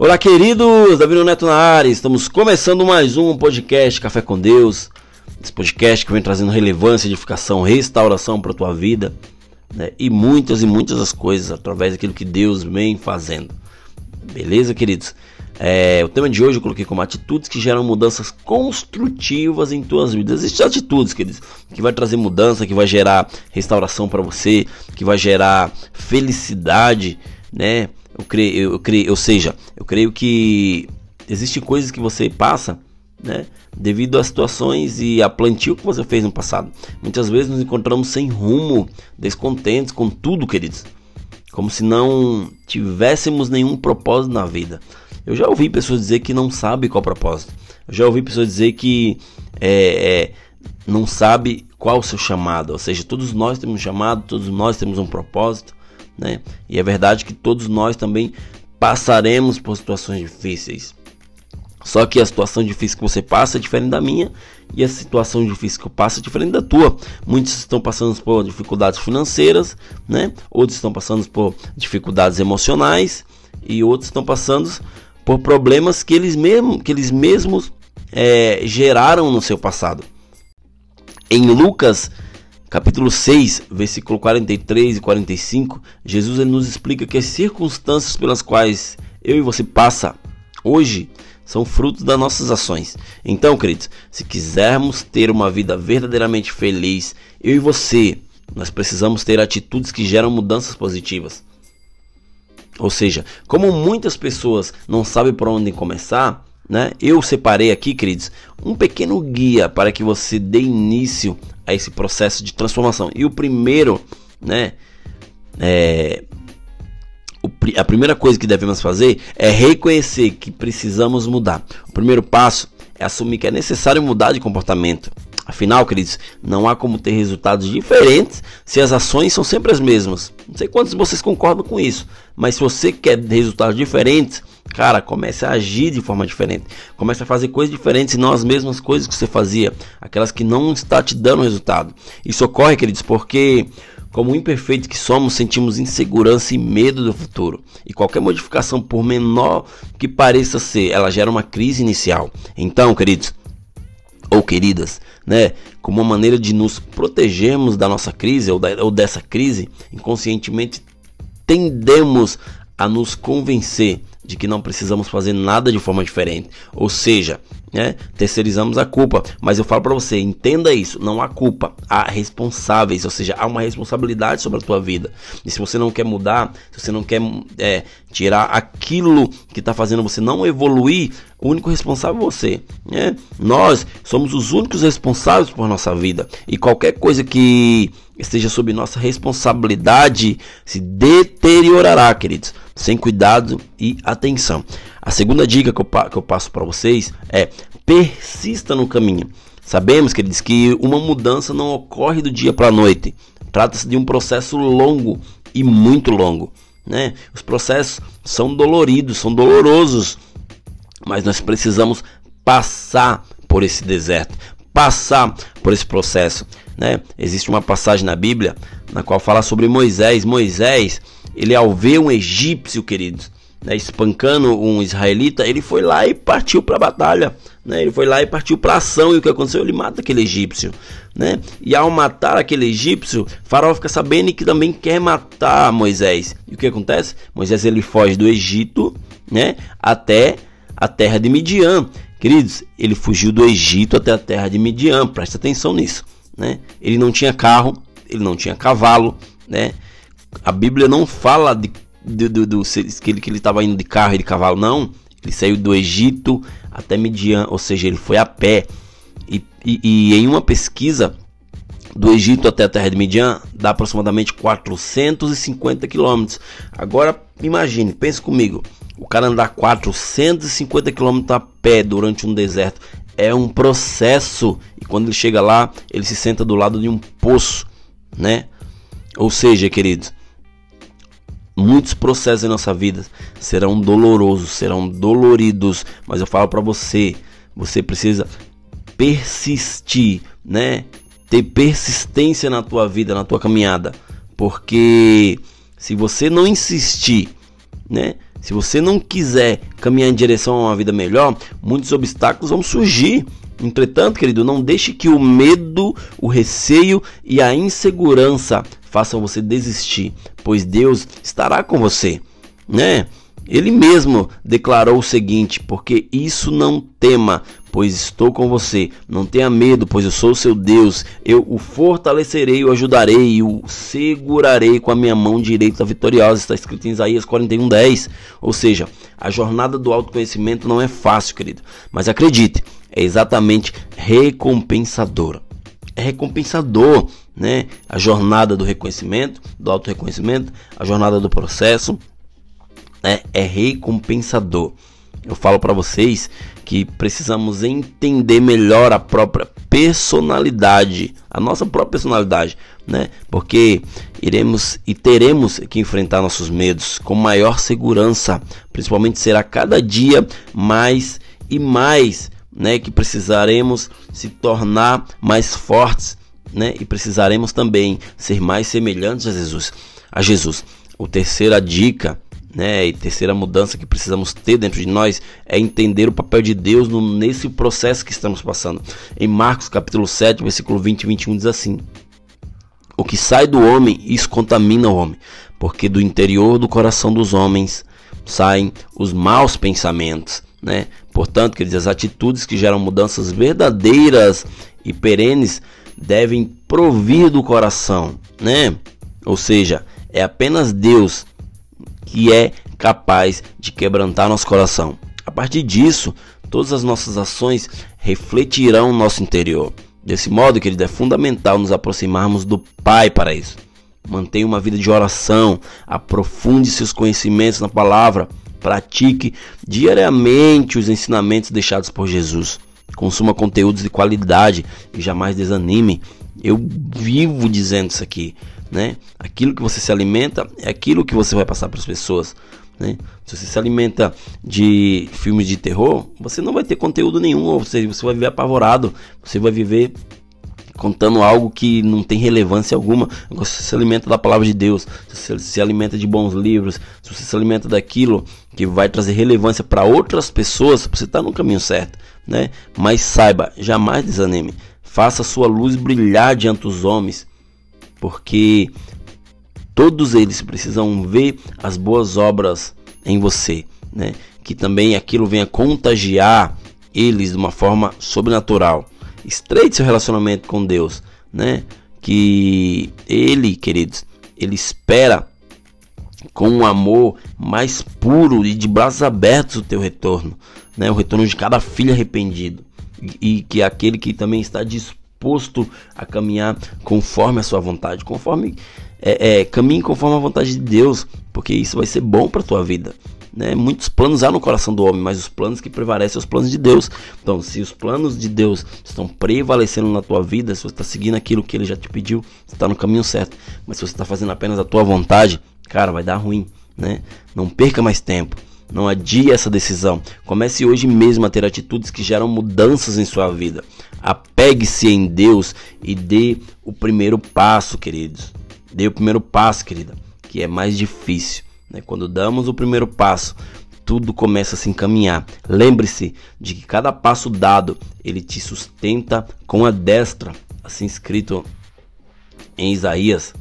Olá, queridos, Davi Neto na área. Estamos começando mais um podcast Café com Deus. Esse podcast que vem trazendo relevância, edificação, restauração para a tua vida, né? E muitas das coisas através daquilo que Deus vem fazendo. Beleza, queridos? O tema de hoje eu coloquei como atitudes que geram mudanças construtivas em tuas vidas. Existem atitudes, queridos, que vai trazer mudança, que vai gerar restauração para você, que vai gerar felicidade, né? Eu creio que existem coisas que você passa, né, devido a situações e a plantio que você fez no passado. Muitas vezes nos encontramos sem rumo, descontentes com tudo, queridos, como se não tivéssemos nenhum propósito na vida. Eu já ouvi pessoas dizer que não sabe qual propósito. Eu já ouvi pessoas dizer que não sabe qual o seu chamado. Ou seja, todos nós temos um chamado, todos nós temos um propósito, né? E é verdade que todos nós também passaremos por situações difíceis. Só que a situação difícil que você passa é diferente da minha, e a situação difícil que eu passo é diferente da tua. Muitos estão passando por dificuldades financeiras, né? Outros estão passando por dificuldades emocionais, e outros estão passando por problemas que eles mesmos geraram no seu passado. Em Lucas capítulo 6, versículo 43 e 45, Jesus ele nos explica que as circunstâncias pelas quais eu e você passa hoje são frutos das nossas ações. Então, queridos, se quisermos ter uma vida verdadeiramente feliz, eu e você, nós precisamos ter atitudes que geram mudanças positivas. Ou seja, como muitas pessoas não sabem por onde começar, né? Eu separei aqui, queridos, um pequeno guia para que você dê início a esse processo de transformação. E o primeiro, né, a primeira coisa que devemos fazer é reconhecer que precisamos mudar. O primeiro passo é assumir que é necessário mudar de comportamento. Afinal, queridos, não há como ter resultados diferentes se as ações são sempre as mesmas. Não sei quantos de vocês concordam com isso, mas se você quer resultados diferentes, cara, comece a agir de forma diferente. Comece a fazer coisas diferentes e não as mesmas coisas que você fazia, aquelas que não estão te dando resultado. Isso ocorre, queridos, porque como imperfeitos que somos, sentimos insegurança e medo do futuro. E qualquer modificação, por menor que pareça ser, ela gera uma crise inicial. Então, queridos, ou queridas, né, como uma maneira de nos protegermos da nossa crise ou dessa crise, inconscientemente tendemos a nos convencer de que não precisamos fazer nada de forma diferente. Ou seja, né, terceirizamos a culpa. Mas eu falo para você, entenda isso, não há culpa, há responsáveis, ou seja, há uma responsabilidade sobre a tua vida. E se você não quer mudar, se você não quer tirar aquilo que está fazendo você não evoluir, o único responsável é você, né? Nós somos os únicos responsáveis por nossa vida. E qualquer coisa que esteja sob nossa responsabilidade se deteriorará, queridos, sem cuidado e atenção. A segunda dica que eu passo para vocês é: persista no caminho. Sabemos, queridos, que uma mudança não ocorre do dia para a noite. Trata-se de um processo longo e muito longo, né? Os processos são doloridos, são dolorosos, mas nós precisamos passar por esse deserto, passar por esse processo, né? Existe uma passagem na Bíblia na qual fala sobre Moisés. Moisés, ele ao ver um egípcio, queridos, né, espancando um israelita, ele foi lá e partiu para a batalha, né? Ele foi lá e partiu para a ação. E o que aconteceu? Ele mata aquele egípcio, né? E ao matar aquele egípcio, Faraó fica sabendo que também quer matar Moisés. E o que acontece? Moisés ele foge do Egito, né, até a terra de Midian. Queridos, ele fugiu do Egito até a terra de Midian. Presta atenção nisso, né? Ele não tinha carro, ele não tinha cavalo, né? A Bíblia não fala que ele estava indo de carro e de cavalo, não. Ele saiu do Egito até Midian, ou seja, ele foi a pé. E em uma pesquisa, do Egito até a terra de Midian dá aproximadamente 450 quilômetros. Agora imagine, pense comigo, o cara andar 450 quilômetros a pé durante um deserto é um processo. E quando ele chega lá, ele se senta do lado de um poço, né? Ou seja, queridos, muitos processos em nossa vida serão dolorosos, serão doloridos, mas eu falo para você, você precisa persistir, né? Ter persistência na tua vida, na tua caminhada, porque se você não insistir, né? Se você não quiser caminhar em direção a uma vida melhor, muitos obstáculos vão surgir. Entretanto, querido, não deixe que o medo, o receio e a insegurança façam você desistir, pois Deus estará com você, né? Ele mesmo declarou o seguinte: porque isso não tema, pois estou com você. Não tenha medo, pois eu sou o seu Deus. Eu o fortalecerei, o ajudarei e o segurarei com a minha mão direita vitoriosa. Está escrito em Isaías 41:10. Ou seja, a jornada do autoconhecimento não é fácil, querido, mas acredite, é exatamente recompensadora. É recompensador, né? A jornada do reconhecimento, do autorreconhecimento, a jornada do processo, é recompensador. Eu falo para vocês que precisamos entender melhor a própria personalidade, a nossa própria personalidade, né? Porque iremos e teremos que enfrentar nossos medos com maior segurança, principalmente será cada dia mais e mais, né, que precisaremos se tornar mais fortes, né? E precisaremos também ser mais semelhantes a Jesus. A terceira dica, né, e terceira mudança que precisamos ter dentro de nós é entender o papel de Deus nesse processo que estamos passando. Em Marcos capítulo 7, versículo 20 e 21 diz assim: o que sai do homem, isso contamina o homem, porque do interior do coração dos homens saem os maus pensamentos, né? Portanto, quer dizer, as atitudes que geram mudanças verdadeiras e perenes devem provir do coração, né? Ou seja, é apenas Deus que é capaz de quebrantar nosso coração. A partir disso, todas as nossas ações refletirão o nosso interior. Desse modo, querido, é fundamental nos aproximarmos do Pai para isso. Mantenha uma vida de oração, aprofunde seus conhecimentos na palavra, pratique diariamente os ensinamentos deixados por Jesus. Consuma conteúdos de qualidade e jamais desanime. Eu vivo dizendo isso aqui, né? Aquilo que você se alimenta é aquilo que você vai passar para as pessoas, né? Se você se alimenta de filmes de terror, você não vai ter conteúdo nenhum, ou seja, você vai viver apavorado, você vai viver contando algo que não tem relevância alguma. Você se alimenta da palavra de Deus, você se alimenta de bons livros, se você se alimenta daquilo que vai trazer relevância para outras pessoas, você está no caminho certo, né? Mas saiba, jamais desanime. Faça sua luz brilhar diante dos homens, porque todos eles precisam ver as boas obras em você, né? Que também aquilo venha contagiar eles de uma forma sobrenatural. Estreite seu relacionamento com Deus, né? Que Ele, queridos, Ele espera com um amor mais puro e de braços abertos o teu retorno, né? O retorno de cada filho arrependido, e que aquele que também está disposto a caminhar conforme a sua vontade, caminhe conforme a vontade de Deus, porque isso vai ser bom para a tua vida, né? Muitos planos há no coração do homem, mas os planos que prevalecem são os planos de Deus. Então, se os planos de Deus estão prevalecendo na tua vida, se você está seguindo aquilo que Ele já te pediu, você está no caminho certo. Mas se você está fazendo apenas a tua vontade, cara, vai dar ruim, né? Não perca mais tempo, não adie essa decisão. Comece hoje mesmo a ter atitudes que geram mudanças em sua vida. Apegue-se em Deus e dê o primeiro passo, queridos. Dê o primeiro passo, querida, que é mais difícil, né? Quando damos o primeiro passo, tudo começa a se encaminhar. Lembre-se de que cada passo dado, Ele te sustenta com a destra, assim escrito em Isaías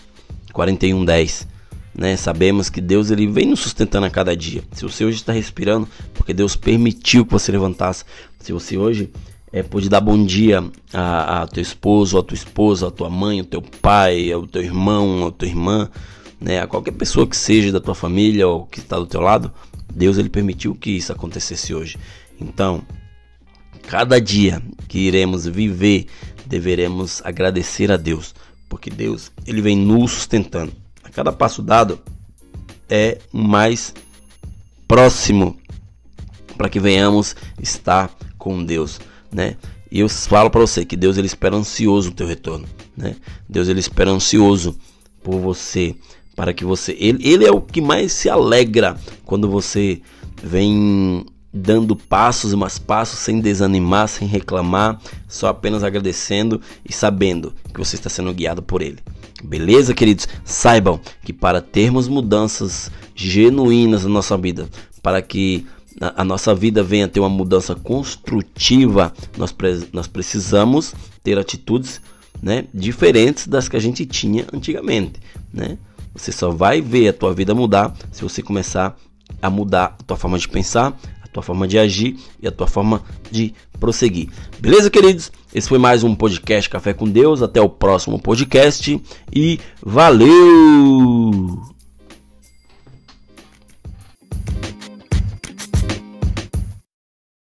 41:10. Né? Sabemos que Deus, Ele vem nos sustentando a cada dia. Se você hoje está respirando, porque Deus permitiu que você levantasse. Se você hoje pode dar bom dia a teu esposo, a tua esposa, a tua mãe, o teu pai, ao teu irmão, a tua irmã, né? A qualquer pessoa que seja da tua família ou que está do teu lado, Deus, Ele permitiu que isso acontecesse hoje. Então, cada dia que iremos viver, deveremos agradecer a Deus, porque Deus, Ele vem nos sustentando. A cada passo dado é mais próximo para que venhamos estar com Deus, né? E eu falo para você que Deus, Ele espera ansioso o teu retorno, né? Deus, Ele espera ansioso por você, para que você... Ele é o que mais se alegra quando você vem dando passos e mais passos, sem desanimar, sem reclamar, só apenas agradecendo e sabendo que você está sendo guiado por Ele. Beleza, queridos? Saibam que para termos mudanças genuínas na nossa vida, para que a nossa vida venha a ter uma mudança construtiva, nós precisamos ter atitudes, né, diferentes das que a gente tinha antigamente, né? Você só vai ver a tua vida mudar se você começar a mudar a tua forma de pensar, a tua forma de agir e a tua forma de prosseguir. Beleza, queridos? Esse foi mais um podcast Café com Deus. Até o próximo podcast e valeu!